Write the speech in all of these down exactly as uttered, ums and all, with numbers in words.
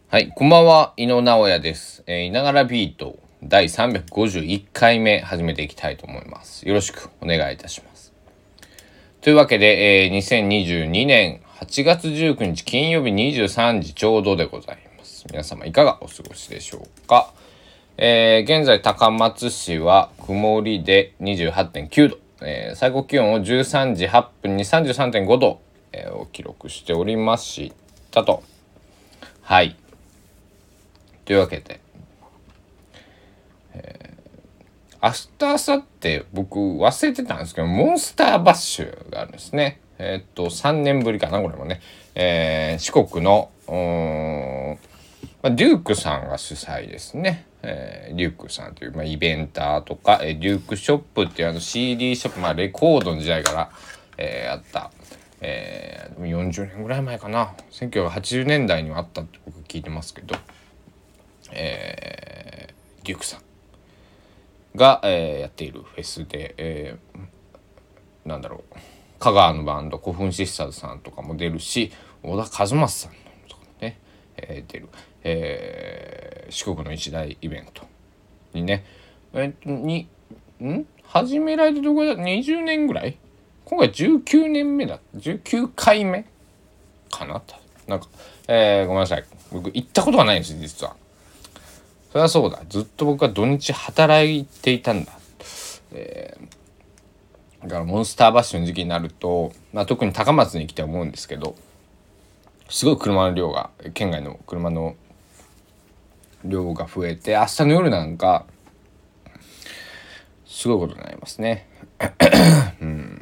はい、こんばんは、井野直哉です。えー、いながらビートだいさんびゃくごじゅういっかいめ始めていきたいと思います。よろしくお願いいたします。というわけで、えー、にせんにじゅうにねんはちがつじゅうくにち金曜日にじゅうさんじちょうどでございます。皆様いかがお過ごしでしょうか。えー、現在高松市は曇りで にじゅうはってんきゅうど、えー、最高気温をじゅうさんじはっぷんに さんじゅうさんてんごど、えー、を記録しておりましたと。はい。というわけで、明日明後日僕忘れてたんですけど、モンスターバッシュがあるんですね。えー、っとさんねんぶりかなこれもね、えー、四国のうーん、まあ、デュークさんが主催ですね。えー、デュークさんという、まあ、イベンターとか、えー、デュークショップっていうあの シーディー ショップ、まあ、レコードの時代から、えー、あった、えー、よんじゅうねんぐらい前かな、せんきゅうひゃくはちじゅうねんだいにはあったって僕聞いてますけど、えー、デュークさんが、えー、やっているフェスで、えー、なんだろう香川のバンド古墳シスターズさんとかも出るし、小田和正さんとかもね、えー、出る、えー、四国の一大イベントにね、えー、にん始められてどこだにじゅうねんぐらい、今回じゅうきゅうねんめだじゅうきゅうかいめかな、なんか、えー、ごめんなさい、僕行ったことがないんです実は。そりゃそうだ、ずっと僕は土日働いていたんだ。えー、だからモンスターバッシュの時期になると、まあ、特に高松に来て思うんですけど、すごい車の量が県外の車の量が増えて、明日の夜なんかすごいことになりますね。うん、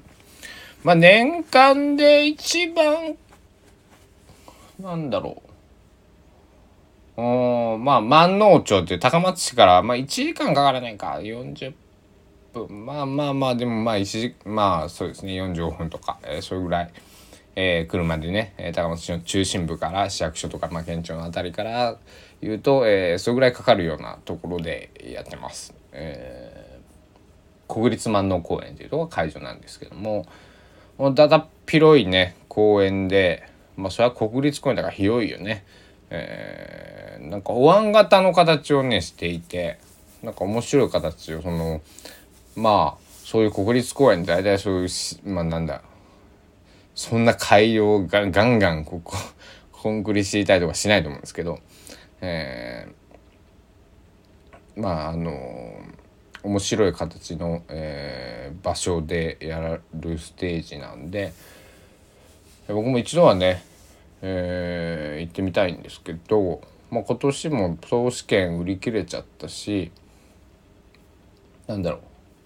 まあ年間で一番なんだろう、おまあ万能町っていう高松市から、まあ、いちじかんかからないかよんじゅっぷん、まあまあまあでもまあいちじまあそうですねよんじゅうごふんとか、えー、それぐらい、えー、車でね、高松市の中心部から市役所とか、まあ、県庁のあたりから言うと、えー、それぐらいかかるようなところでやってます。えー、国立万能公園というところが会場なんですけども、だだっ広いね公園で、まあそれは国立公園だから広いよね。えー、なんかお椀型の形をねしていて、なんか面白い形を、そのまあそういう国立公園で大体そういうまあなんだそんな改良がガンガンここコンクリ敷いたりとかしないと思うんですけど、えー、まああの面白い形の、えー、場所でやるステージなんで、僕も一度はね、えー、行ってみたいんですけど、まあ、今年も総試験売り切れちゃったし、なんだろう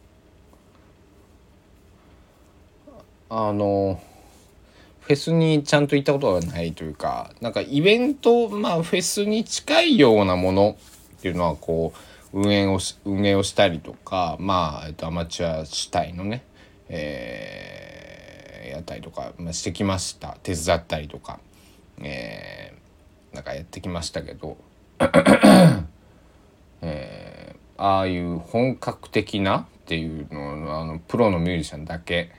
あのフェスにちゃんと行ったことがないというか、なんかイベント、まあフェスに近いようなものっていうのはこう運営をし運営をしたりとか、まあ、えっと、アマチュア主体のね、えー、やったりとか、まあ、してきました。手伝ったりとか、えー、なんかやってきましたけど、えー、ああいう本格的なっていうのはあのプロのミュージシャンだけ、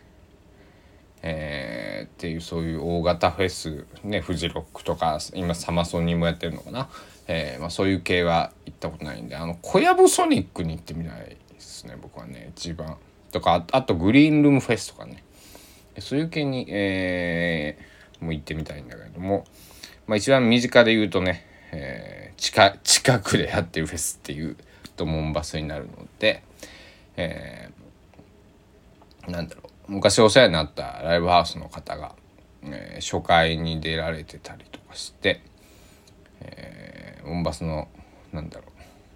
えー、っていうそういう大型フェスね、フジロックとか今サマソニもやってるのかな、えーまあ、そういう系は行ったことないんで、あの小籔ソニックに行ってみたいですね僕はね一番。とかあとグリーンルームフェスとかね、そういう系に、えー、もう行ってみたいんだけれども、まあ、一番身近で言うとね、えー、近近くでやってるフェスっていうとモンバスになるので、えー、なんだろう昔お世話になったライブハウスの方が、えー、初回に出られてたりとかして、えー、モンバスのなんだろう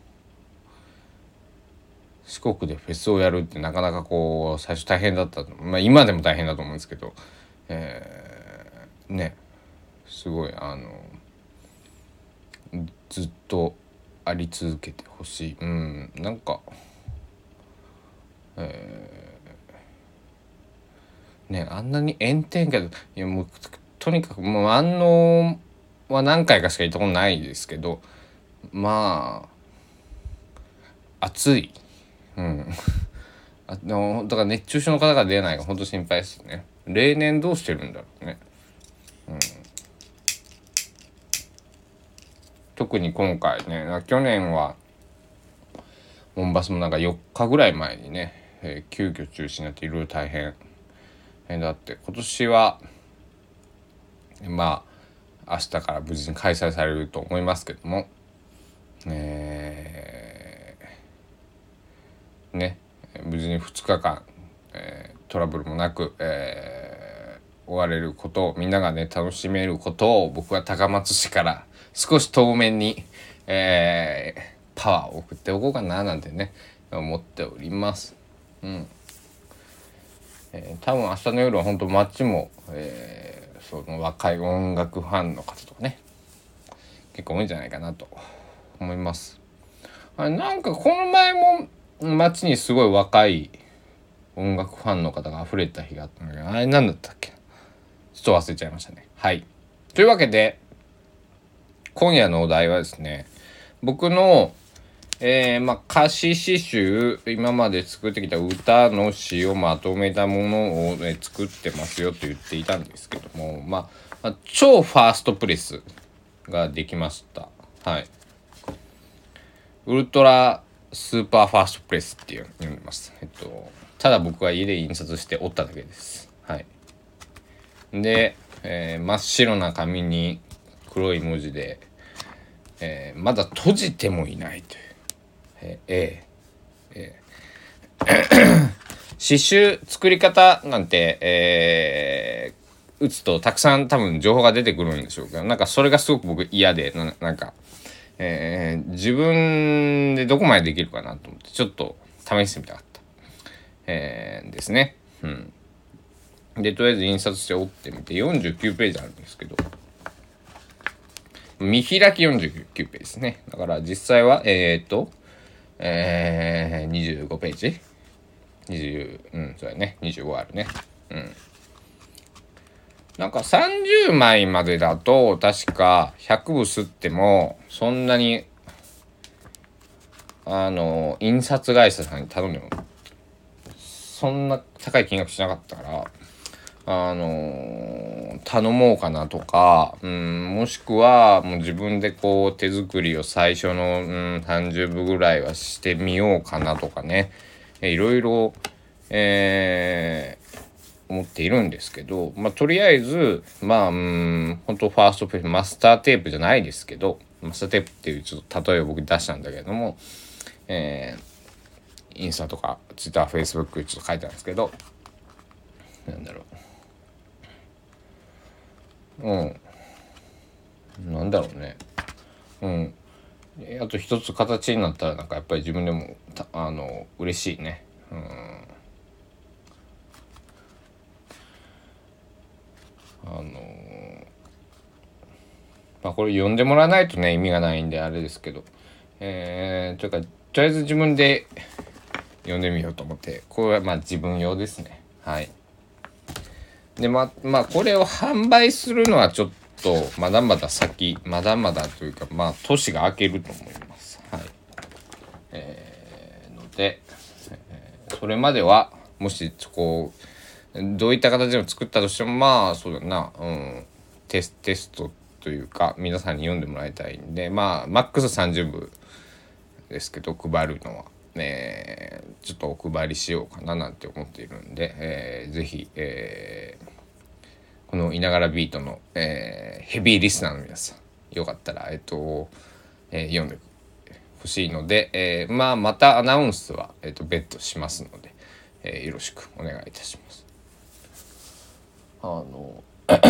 四国でフェスをやるってなかなかこう最初大変だったと、まあ今でも大変だと思うんですけど、えー、ねすごいあのずっとあり続けてほしい。うんなんか、えー、ねあんなに炎天下で、いやもうとにかくもう安納は何回かしか行ったことないですけど、まあ暑い。うんあのだから熱中症の方が出ないか本当心配ですね。例年どうしてるんだろうね。うん、 特に今回ね、去年はモンバスもなんかよっかぐらい前にね、えー、急遽中止になっていろいろ大変だって、今年はまあ明日から無事に開催されると思いますけども、えー、ね無事にふつかかん、えー、トラブルもなく、えー、終われることを、みんながね楽しめることを、僕は高松市から少し遠面に、えー、パワーを送っておこうかななんてね思っております。うん。えー、多分明日の夜は本当街も、えー、その若い音楽ファンの方とかね結構多いんじゃないかなと思います。あれなんかこの前も街にすごい若い音楽ファンの方が溢れた日があったんだけど、あれ何だったっけ、ちょっと忘れちゃいましたね。はい。というわけで今夜のお題はですね、僕の、えー、まあ歌詞詩集、今まで作ってきた歌の詩をまとめたものを、ね、作ってますよと言っていたんですけども、まあ、まあ、超ファーストプレスができました。はい。ウルトラスーパーファーストプレスっていう読みます。えっとただ僕は家で印刷して折っただけです。はい。で、えー、真っ白な紙に黒い文字で、えー、まだ閉じてもいないという、えー、えー、えー、詩集作り方なんて、えー、打つとたくさん多分情報が出てくるんでしょうけど、なんかそれがすごく僕嫌で、な、なんか、えー、自分でどこまでできるかなと思ってちょっと試してみたかった、えー、ですね。うん。でとりあえず印刷して折ってみてよんじゅうきゅうページあるんですけど、見開きよんじゅうきゅうページですね。だから実際はえー、っとえー、にじゅうごページにじゅう、うんそうやね、にじゅうごあるね。うん。なんかさんじゅうまいまでだと確かひゃくぶ刷ってもそんなにあの印刷会社さんに頼んでもそんな高い金額しなかったから、あのー、頼もうかなとか、うん、もしくはもう自分でこう手作りを最初の、うん、さんじゅっぷぐらいはしてみようかなとかね、えいろいろ、えー、思っているんですけど、まあ、とりあえずまあうん本当ファーストページマスターテープじゃないですけど、マスターテープっていうちょっと例えを僕出したんだけれども、えー、インスタとかツイッターフェイスブックちょっと書いてあるんですけど、なんだろう、うんなんだろうね、うんあと一つ形になったらなんかやっぱり自分でもあの嬉しいね。うんあのまあこれ読んでもらわないとね意味がないんであれですけど、えー、というかとりあえず自分で読んでみようと思って、これはまあ自分用ですね。はい。でまあまあこれを販売するのはちょっとまだまだ先、まだまだというかまあ年が明けると思います。はい。えー、ので、えー、それまではもしこうどういった形でも作ったとしてもまあそうだな、うん、テステストというか皆さんに読んでもらいたいんで、まあマックスさんじゅっぶですけど配るのは。えー、ちょっとお配りしようかななんて思っているんで、えー、ぜひ、えー、このいながらビートの、えー、ヘビーリスナーの皆さんよかったら、えっとえー、読んでほしいので、えー、まあまたアナウンスは、えー、と別途しますので、えー、よろしくお願いいたします。あの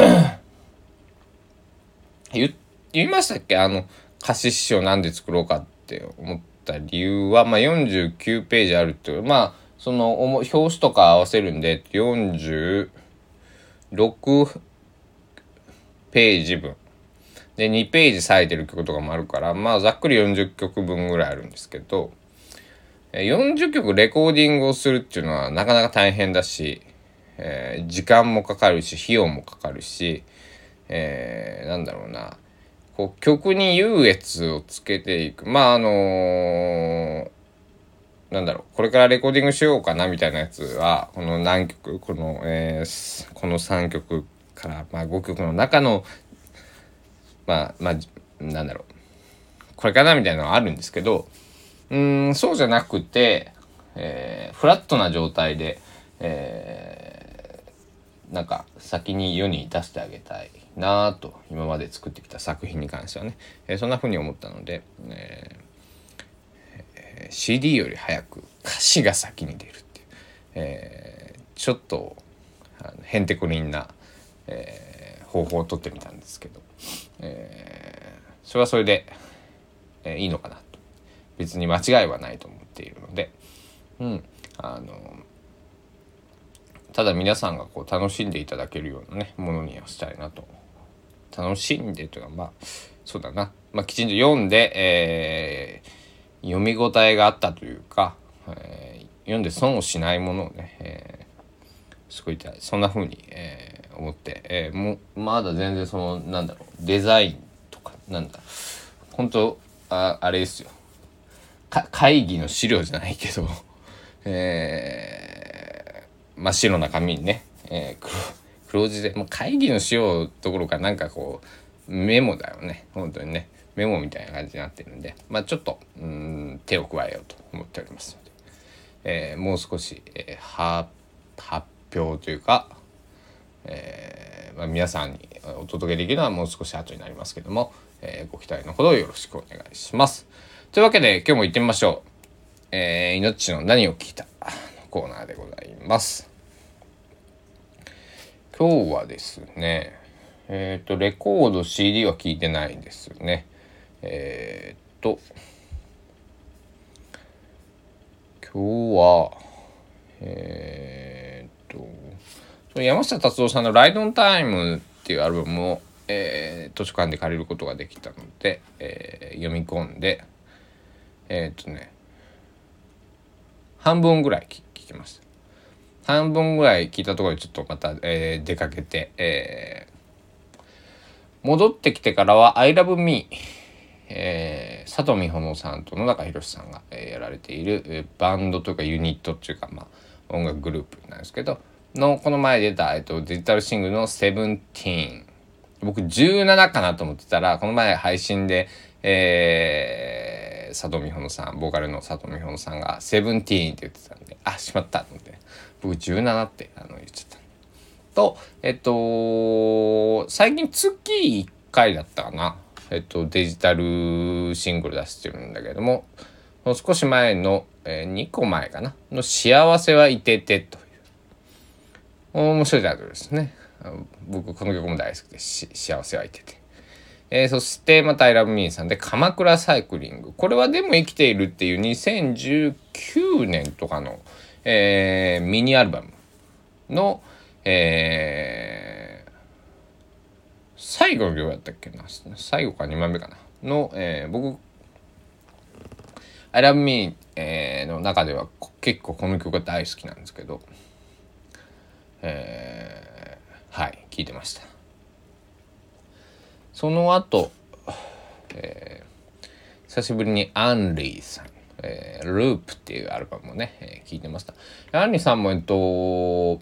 言言いましたっけ、あの歌詞詩をなんで作ろうかって思った理由は、まあ、よんじゅうきゅうページあるっていう、まあその表紙とか合わせるんでよんじゅうろくページ分でにページ割いてる曲とかもあるから、まあざっくりよんじゅっきょくぶんぐらいあるんですけど、よんじゅっきょくレコーディングをするっていうのはなかなか大変だし、えー、時間もかかるし費用もかかるし、えー、なんだろうな、こう曲に優越をつけていく、まああのー、なんだろう、これからレコーディングしようかなみたいなやつはこの何曲この、えー、このさんきょくから、まあ、ごきょくの中のまあまあなんだろこれかなみたいなのがあるんですけど、うーんそうじゃなくて、えー、フラットな状態で、えー、なんか先に世に出してあげたいなと、今まで作ってきた作品に関してはね、えー、そんな風に思ったので、えー、シーディー より早く歌詞が先に出るっていう、えー、ちょっとあのへんてこりんな、えー、方法をとってみたんですけど、えー、それはそれで、えー、いいのかなと、別に間違いはないと思っているので、うん、あのただ皆さんがこう楽しんでいただけるようなねものにはしたいなと。楽しんでというか、まあそうだな、まあ、きちんと読んで、えー、読み応えがあったというか、えー、読んで損をしないものをね、えー、作りたい、そんな風に、えー、思って、えー、もうまだ全然そのなんだろうデザインとかなんだ本当 あ, あれですよか会議の資料じゃないけどえー、真っ白な紙にね、えー、黒黒字でもう会議の資料どころかなんかこうメモだよね、本当にねメモみたいな感じになってるんで、まあちょっとうーん手を加えようと思っておりますので、えー、もう少し、えー、発表というか、えーまあ、皆さんにお届けできるのはもう少し後になりますけども、えー、ご期待のほどよろしくお願いします。というわけで今日も行ってみましょう。えー、命の何を聞いたコーナーでございます。今日はですね、えっとレコード シーディー は聞いてないですね。えっと今日はえっと山下達郎さんのライドオンタイムっていうアルバムを、えー、図書館で借りることができたので、えー、読み込んでえっとね半分ぐらい聞きました。半分ぐらい聞いたところでちょっとまた、えー、出かけて、えー、戻ってきてからは I love me、えー、佐藤美穂乃さんと野中宏さんが、えー、やられている、えー、バンドというかユニットっていうか、まあ、音楽グループなんですけどのこの前出た、えっと、デジタルシングルのセブンティーン、僕じゅうななかなと思ってたらこの前配信で、えー、佐藤美穂乃さんボーカルの佐藤美穂乃さんがセブンティーンって言ってたんで、あしまったと思って僕じゅうななってあの言っちゃったと、えっと最近月いっかいだったかな、えっとデジタルシングル出してるんだけども、少し前の、えー、にこまえかなの幸せはいててという面白いタイトルですね。僕この曲も大好きですし幸せはいてて、えー、そしてまた I love me さんで鎌倉サイクリング、これはでも生きているっていうにせんじゅうきゅうねんとかの、えー、ミニアルバムの、えー、最後の曲だったっけな、最後かにまんめかなの、えー、僕 I love me、えー、の中では結構この曲が大好きなんですけど、えー、はい聴いてました。その後、えー、久しぶりにアンリーさん、えー、ループっていうアルバムをね、えー、聞いてました。アンリーさんもえっと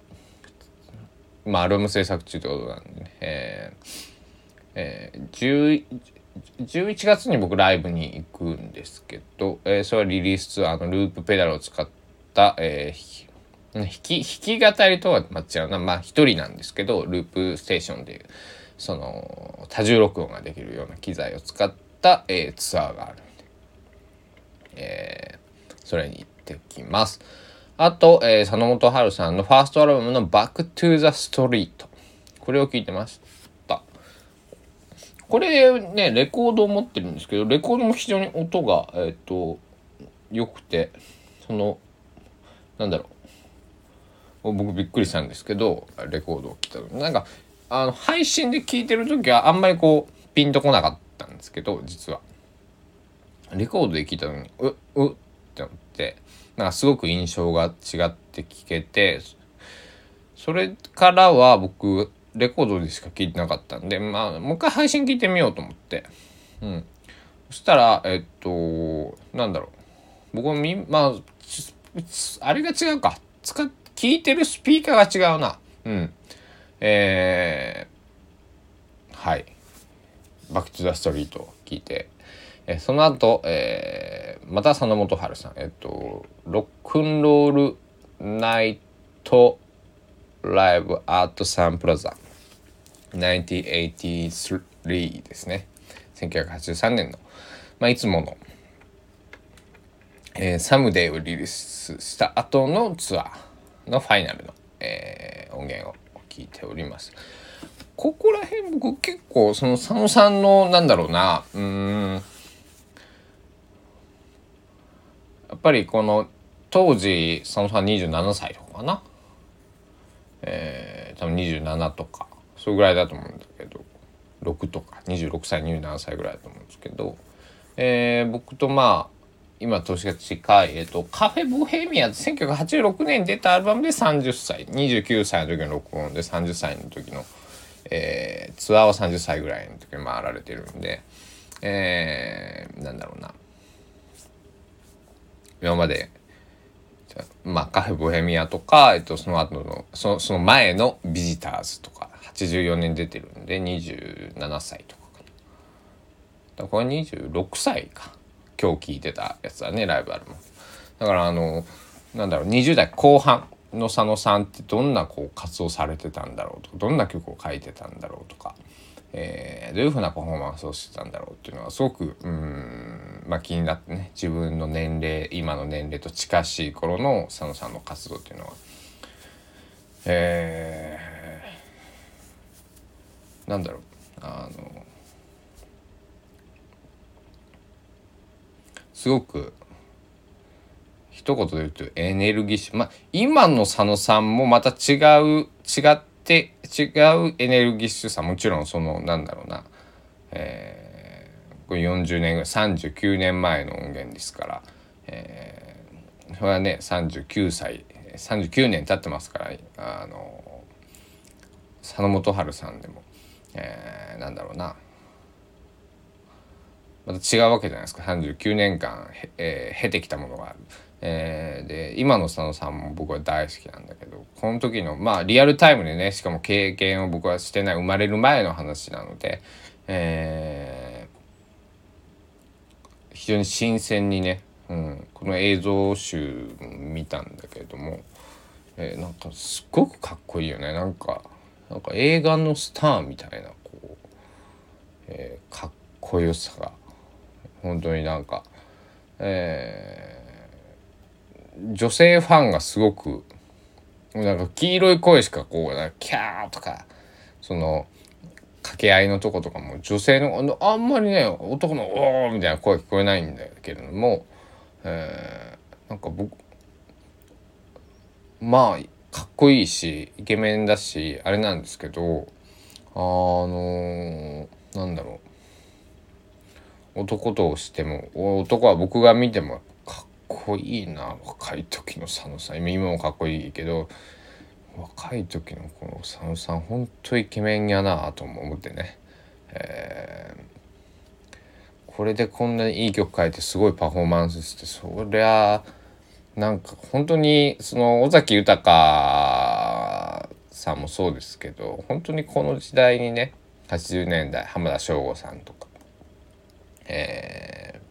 まあアルバム制作中ということなんでね、えーえー、じゅういちがつに僕ライブに行くんですけど、えー、それはリリースあのループペダルを使った、えー弾き弾き語りとはまあ違うな、まあ一人なんですけどループステーションでいうその多重録音ができるような機材を使った、えー、ツアーがあるんで、えー、それに行ってきます。あと、えー、佐野元春さんのファーストアルバムのバックトゥザストリート、これを聞いてました。これねレコードを持ってるんですけどレコードも非常に音がえっと良くて、そのなんだろう僕びっくりしたんですけどレコードを聴いた時なんかあの配信で聴いてる時はあんまりこうピンとこなかったんですけど、実はレコードで聴いた時にううって思ってなんかすごく印象が違って聴けて、それからは僕レコードでしか聴いてなかったんで、まあもう一回配信聴いてみようと思って、うん、そしたらえっとなんだろう僕もみまああれが違うか使っ聞いてるスピーカーが違うな。うん。えー、はい。バックトゥザストリートを聞いて、 えー、その後、えー、また佐野元春さん、えっとロックンロールナイトライブアートサンプラザせんきゅうひゃくはちじゅうさんですね。せんきゅうひゃくはちじゅうさんねんの、まあ、いつもの、えー、サムデイをリリースした後のツアーのファイナルの、えー、音源を聞いております。ここら辺僕結構その佐野さんのなんだろうなうーんやっぱりこの当時佐野さんにじゅうななさいとかかな、えー、多分にじゅうななとかそれぐらいだと思うんだけどろくとかにじゅうろくさいにじゅうななさいぐらいだと思うんですけど、えー、僕とまあ今年が近い、えっと、カフェボヘミアンせんきゅうひゃくはちじゅうろくねんに出たアルバムでさんじゅっさいにじゅうきゅうさいの時の録音でさんじゅっさいの時の、えー、ツアーはさんじゅっさいぐらいの時に回られてるんで、えー、なんだろうな今までまあカフェボヘミアとか、えっと、その後のそのその前のビジターズとかはちじゅうよねん出てるんでにじゅうななさいとかかな。だからこれにじゅうろくさいか今日聴いてたやつだねライブアルバム。だからあのなんだろうにじゅう代後半の佐野さんってどんなこう活動されてたんだろうとかどんな曲を書いてたんだろうとか、えー、どういう風なパフォーマンスをしてたんだろうっていうのはすごくうーん、まあ、気になってね自分の年齢今の年齢と近しい頃の佐野さんの活動っていうのは、えー、なんだろうあのすごく一言で言うとエネルギッシュ、まあ今の佐野さんもまた違う違って違うエネルギッシュさもちろんそのなんだろうな、えー、これよんじゅうねんぐらいさんじゅうきゅうねんまえの音源ですから、えー、それはねさんじゅうきゅうさいさんじゅうきゅうねん経ってますからあの佐野元春さんでも、えー、なんだろうなまた違うわけじゃないですか。さんじゅうきゅうねんかん、えー、経てきたものがある。えー、で今の佐野さんも僕は大好きなんだけどこの時のまあリアルタイムでねしかも経験を僕はしてない生まれる前の話なので、えー、非常に新鮮にね、うん、この映像集見たんだけれども、えー、なんかすっごくかっこいいよね。なんかなんか映画のスターみたいなこう、えー、かっこよさが本当になんか、えー、女性ファンがすごくなんか黄色い声しかこうなんかキャーとかその掛け合いのとことかも女性のあんまりね男のおーみたいな声聞こえないんだけれども、えー、なんか僕まあかっこいいしイケメンだしあれなんですけどあのー、なんだろう男としても男は僕が見てもかっこいいな若い時の佐野さん今もかっこいいけど若い時のこの佐野さんほんとイケメンやなと思ってね、えー、これでこんなにいい曲書いてすごいパフォーマンスしてそりゃなんか本当にその尾崎豊さんもそうですけど本当にこの時代にねはちじゅうねんだい浜田省吾さんとか、え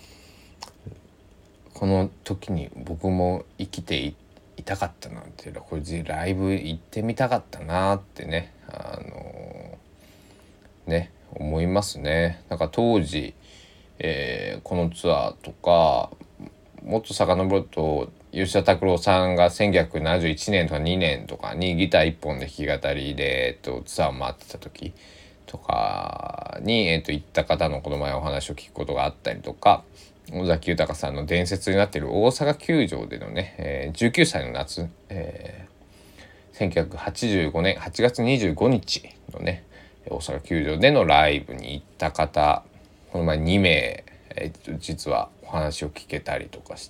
ー、この時に僕も生きてい痛かったなっていうのはこれライブ行ってみたかったなってねあのー、ね思いますね。なんか当時、えー、このツアーとかもっと遡ると吉田拓郎さんがせんきゅうひゃくななじゅういちねんとかにねんとかにギターいっぽんで弾き語りで、えっと、ツアー回ってた時とかに、えっと、行った方のこの前お話を聞くことがあったりとか尾崎豊さんの伝説になっている大阪球場でのね、えー、じゅうきゅうさいの夏、えー、せんきゅうひゃくはちじゅうごねんはちがつにじゅうごにちのね大阪球場でのライブに行った方この前にめい、えー、実はお話を聞けたりとかして、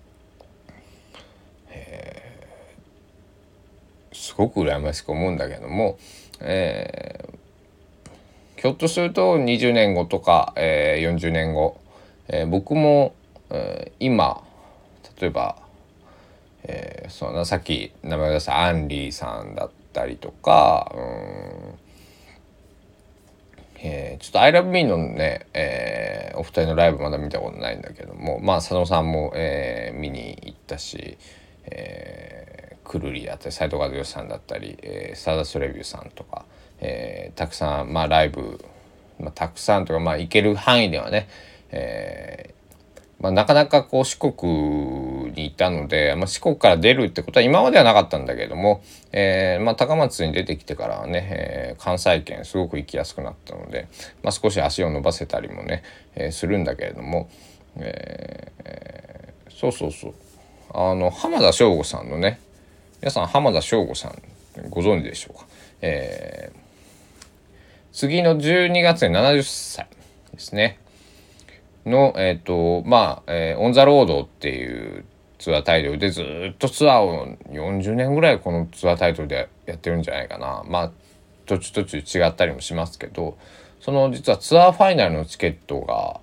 えー、すごく羨ましく思うんだけども、えー、ひょっとするとにじゅうねんごとか、えー、よんじゅうねんご、えー、僕も、えー、今例えば、えー、そうなさっき名前を出したアンリーさんだったりとかうーん、えー、ちょっと I love me のね、えー、 お二人のライブまだ見たことないんだけども、まあ佐野さんも、えー、見に行ったし、えー、くるりだったり斉藤和義さんだったり、えー、スターダストレビューさんとか、えー、たくさん、まあ、ライブ、まあ、たくさんとか、まあ、行ける範囲ではね、えーまあ、なかなかこう四国にいたので、まあ、四国から出るってことは今まではなかったんだけれども、えーまあ、高松に出てきてからはね、えー、関西圏すごく行きやすくなったので、まあ、少し足を伸ばせたりもね、えー、するんだけれども、えー、そうそうそうあの浜田省吾さんのね、皆さん浜田省吾さんご存知でしょうか。えー、次のじゅうにがつでななじゅっさいですねの、えっと、まあ、えー、オン・ザ・ロードっていうツアータイトルでずっとツアーをよんじゅうねんぐらいこのツアータイトルでやってるんじゃないかな。まあ、途中途中違ったりもしますけど、その実はツアーファイナルのチケットが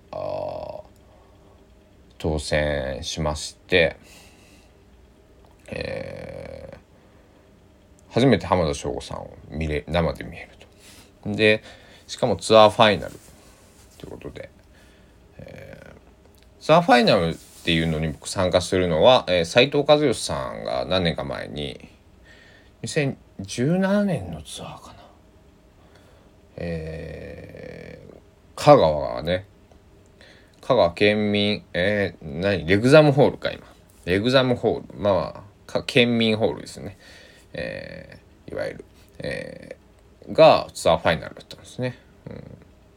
当選しまして、えー、初めて浜田省吾さんを見れ生で見えると。で、しかもツアーファイナルということで、ツアーファイナルっていうのに僕参加するのは、えー、斉藤和義さんが何年か前ににせんじゅうななねんのツアーかな、えー、香川がね香川県民、えー、何レグザムホールか今レグザムホールまあ県民ホールですね、えー、いわゆる、えー、がツアーファイナルだったんですね、うん、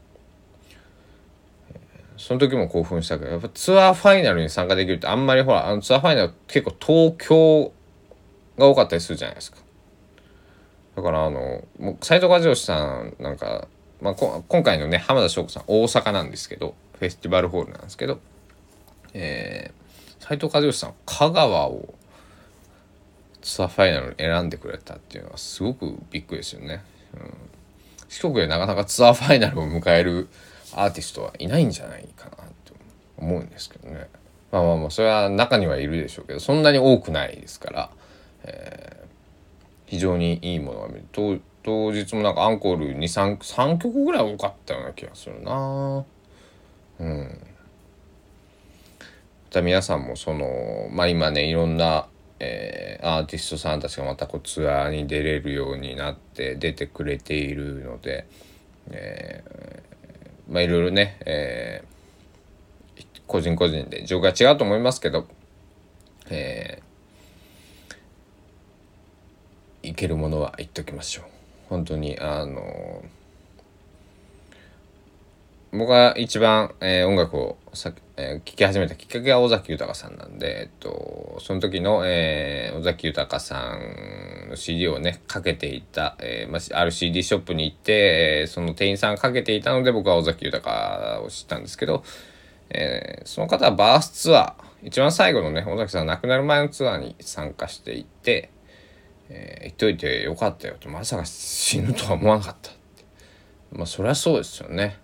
その時も興奮したけどやっぱツアーファイナルに参加できるってあんまりほらあのツアーファイナル結構東京が多かったりするじゃないですか。だからあのもう斉藤和義さんなんか、まあ、こ今回のね浜田省吾さん大阪なんですけどフェスティバルホールなんですけど、えー、斉藤和義さん香川をツアーファイナルに選んでくれたっていうのはすごくびっくりですよね、うん、四国でなかなかツアーファイナルを迎えるアーティストはいないんじゃないかなと思うんですけどね。まあまあまあそれは中にはいるでしょうけどそんなに多くないですから、えー、非常にいいものが見ると当日もなんかアンコールにさんさんきょくぐらい多かったような気がするな。うん。また皆さんもそのまあ今ねいろんな、えー、アーティストさんたちがまたこうツアーに出れるようになって出てくれているので、えー、まあいろいろね、えー、個人個人で状況が違うと思いますけど、えー、いけるものは言っときましょう。本当にあの僕が一番、えー、音楽をさ、えー、聴き始めたきっかけは尾崎豊さんなんで、えっと、その時の、えー、尾崎豊さんの シーディー をねかけていた、えーまあ、ある シーディー ショップに行って、えー、その店員さんがかけていたので僕は尾崎豊を知ったんですけど、えー、その方はバースツアー一番最後のね尾崎さん亡くなる前のツアーに参加していて、えー、言っといてよかったよとまさか死ぬとは思わなかったってまあそりゃそうですよね。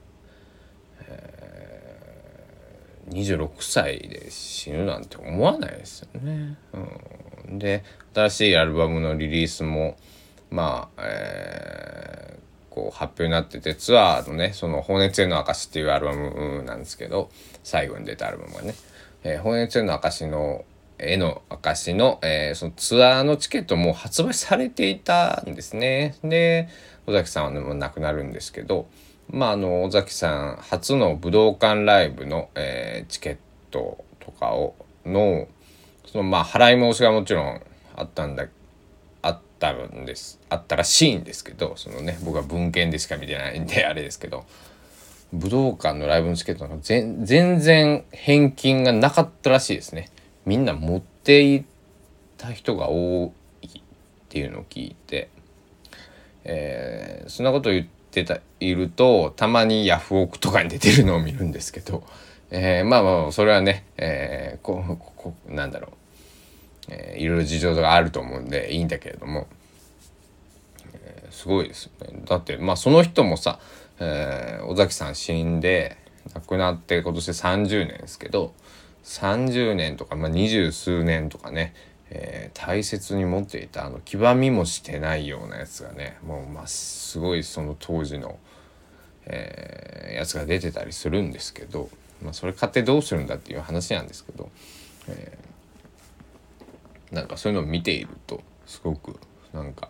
にじゅうろくさいで死ぬなんて思わないですよね、うん、で新しいアルバムのリリースもまあ、えー、こう発表になっててツアーのねその放熱への証っていうアルバムなんですけど最後に出たアルバムがね、えー、放熱への証の絵の証の、えー、そのツアーのチケットも発売されていたんですね。で尾崎さんは、ね、もう亡くなるんですけどまあ、あの尾崎さん初の武道館ライブの、えー、チケットとかをのそのまあ払い戻しがもちろんあったんだあったんですあったらしいんですけどそのね僕は文献でしか見てないんであれですけど武道館のライブのチケットの全然返金がなかったらしいですね。みんな持っていた人が多いっていうのを聞いて、えー、そんなこと言って出たいるとたまにヤフオクとかに出てるのを見るんですけど、えー、まあまあそれはね、えー、こうこうなんだろう、えー、いろいろ事情があると思うんでいいんだけれども、えー、すごいですよね。だってまあその人もさ、えー、尾崎さん死んで亡くなって今年さんじゅうねんですけどさんじゅうねんとか、まあ、二十数年とかねえー、大切に持っていたあの黄ばみもしてないようなやつがねもうまあすごいその当時の、えー、やつが出てたりするんですけど、 まあ、それ買ってどうするんだっていう話なんですけど、えー、なんかそういうのを見ているとすごくなんか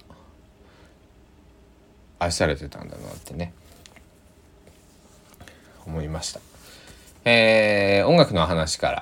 愛されてたんだなってね思いました。えー、音楽の話から、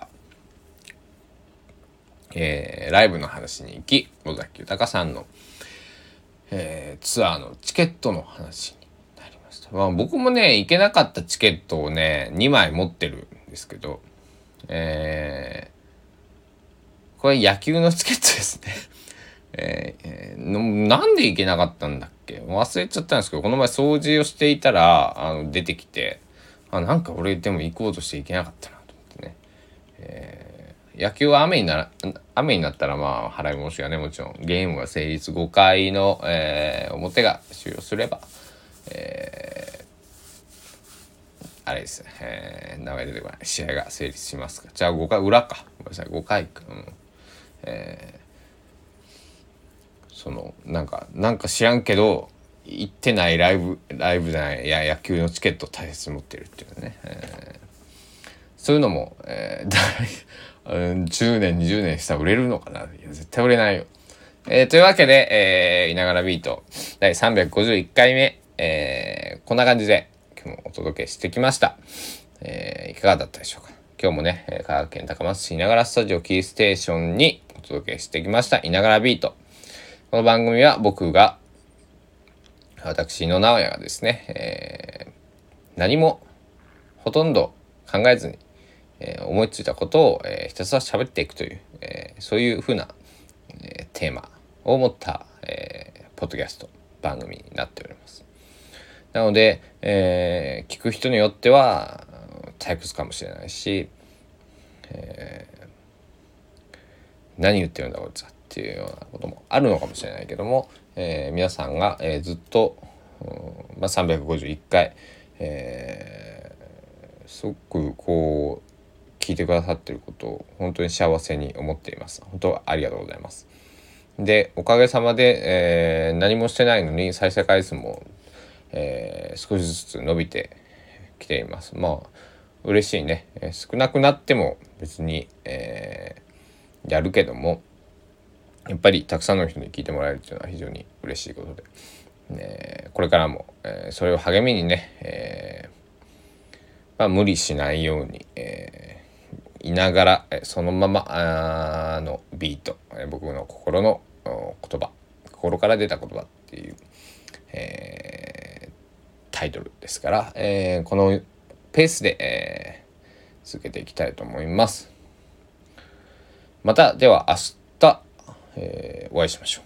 えー、ライブの話に行き、尾崎豊さんの、えー、ツアーのチケットの話になりました。まあ、僕もね行けなかったチケットをねにまい持ってるんですけど、えー、これ野球のチケットですね。えー、なんで行けなかったんだっけ忘れちゃったんですけど、この前掃除をしていたらあの出てきて、あなんか俺でも行こうとして行けなかったなと思ってね、えー、野球は雨にな雨になったらまあ払い申しがねもちろんゲームが成立ごかいの、えー、表が終了すれば、えー、あれです、えー、名前出てこない試合が成立しますか。じゃあごかい裏かごめんなさいごかいか、うんえーそのなんかなんか知らんけど行ってないライブライブじゃないいや野球のチケットを大切に持ってるっていうね、えー、そういうのも、えー、じゅうねんにじゅうねんしたら売れるのかな。いや絶対売れないよ。えー、というわけで、えー、いながらビートだいさんびゃくごじゅういっかいめ、えー、こんな感じで今日もお届けしてきました。えー、いかがだったでしょうか。今日もね香川県高松市いながらスタジオキーステーションにお届けしてきましたいながらビート。この番組は僕が私の直哉がですね、えー、何もほとんど考えずに、えー、思いついたことを、えー、ひたすら喋っていくという、えー、そういう風な、えー、テーマを持った、えー、ポッドキャスト番組になっております。なので、えー、聞く人によっては退屈かもしれないし、えー、何言ってるんだこいつはっていうようなこともあるのかもしれないけども、えー、皆さんが、えー、ずっと、うんまあ、さんびゃくごじゅういっかい、えー、すごくこう聞いてくださっていることを本当に幸せに思っています。本当ありがとうございます。でおかげさまで、えー、何もしてないのに再生回数も、えー、少しずつ伸びてきています。まあ嬉しいね、えー、少なくなっても別に、えーやるけどもやっぱりたくさんの人に聞いてもらえるっていうのは非常に嬉しいことで、ね、これからも、えー、それを励みにね、えーまあ、無理しないように、えー、いながら、えー、そのままあのビート、えー、僕の心の言葉心から出た言葉っていう、えー、タイトルですから、えー、このペースで、えー、続けていきたいと思います。またでは明日、えー、お会いしましょう。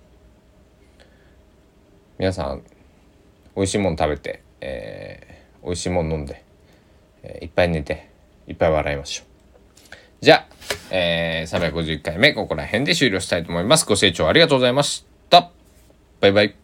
皆さん美味しいもの食べて、えー、美味しいもの飲んで、えー、いっぱい寝ていっぱい笑いましょう。じゃあ、えー、さんびゃくごじゅういっかいめここら辺で終了したいと思います。ご清聴ありがとうございました。バイバイ。